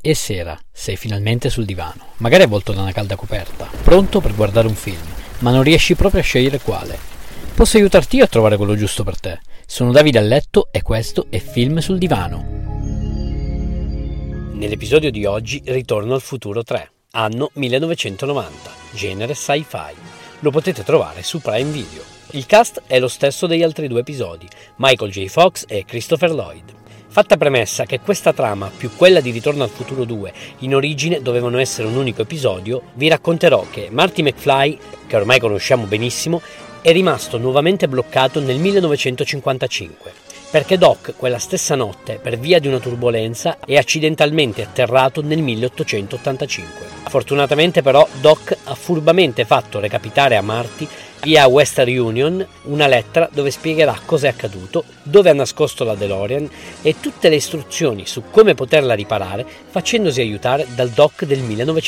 È sera, sei finalmente sul divano, magari avvolto da una calda coperta, pronto per guardare un film, ma non riesci proprio a scegliere quale. Posso aiutarti io a trovare quello giusto per te. Sono Davide a letto e questo è Film sul divano. Nell'episodio di oggi Ritorno al futuro 3, anno 1990, genere sci-fi. Lo potete trovare su Prime Video. Il cast è lo stesso degli altri due episodi, Michael J. Fox e Christopher Lloyd. Fatta premessa che questa trama, più quella di Ritorno al futuro 2, in origine dovevano essere un unico episodio, vi racconterò che Marty McFly, che ormai conosciamo benissimo, è rimasto nuovamente bloccato nel 1955, perché Doc quella stessa notte, per via di una turbolenza, è accidentalmente atterrato nel 1885. Fortunatamente però Doc ha furbamente fatto recapitare a Marty via Western Union una lettera dove spiegherà cosa è accaduto, dove ha nascosto la DeLorean e tutte le istruzioni su come poterla riparare, facendosi aiutare dal Doc del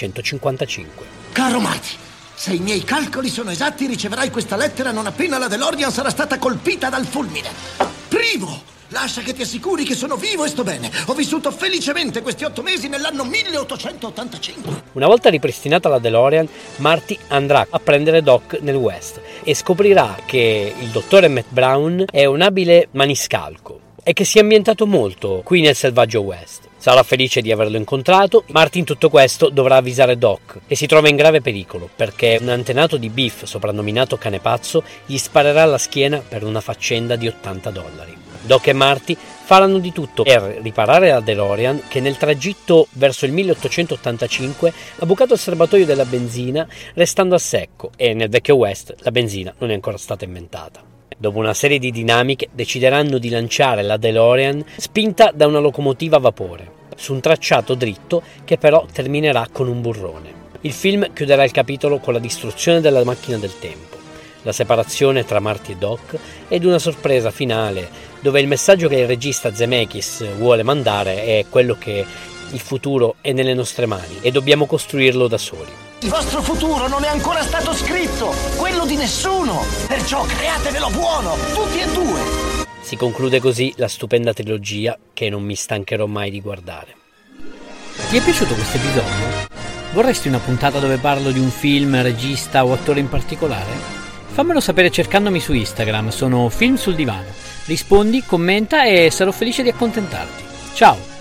1955. Caro Marty, se i miei calcoli sono esatti riceverai questa lettera non appena la DeLorean sarà stata colpita dal fulmine. Primo! Lascia che ti assicuri che sono vivo e sto bene. Ho vissuto felicemente questi 8 mesi nell'anno 1885. Una volta ripristinata la DeLorean, Marty andrà a prendere Doc nel West e scoprirà che il dottore Matt Brown è un abile maniscalco e che si è ambientato molto qui nel selvaggio West. Sarà felice di averlo incontrato. Marty in tutto questo dovrà avvisare Doc e si trova in grave pericolo perché un antenato di Biff, soprannominato Cane Pazzo, gli sparerà alla schiena per una faccenda di $80. Doc e Marty faranno di tutto per riparare la DeLorean che nel tragitto verso il 1885 ha bucato il serbatoio della benzina restando a secco e nel vecchio West la benzina non è ancora stata inventata. Dopo una serie di dinamiche decideranno di lanciare la DeLorean spinta da una locomotiva a vapore su un tracciato dritto che però terminerà con un burrone. Il film chiuderà il capitolo con la distruzione della macchina del tempo, la separazione tra Marty e Doc ed una sorpresa finale dove il messaggio che il regista Zemeckis vuole mandare è quello che il futuro è nelle nostre mani e dobbiamo costruirlo da soli. Il vostro futuro non è ancora stato scritto, quello di nessuno, perciò createvelo buono, tutti e due. Si conclude così la stupenda trilogia che non mi stancherò mai di guardare. Ti è piaciuto questo episodio? Vorresti una puntata dove parlo di un film, regista o attore in particolare? Fammelo sapere cercandomi su Instagram, sono Film sul divano. Rispondi, commenta e sarò felice di accontentarti. Ciao!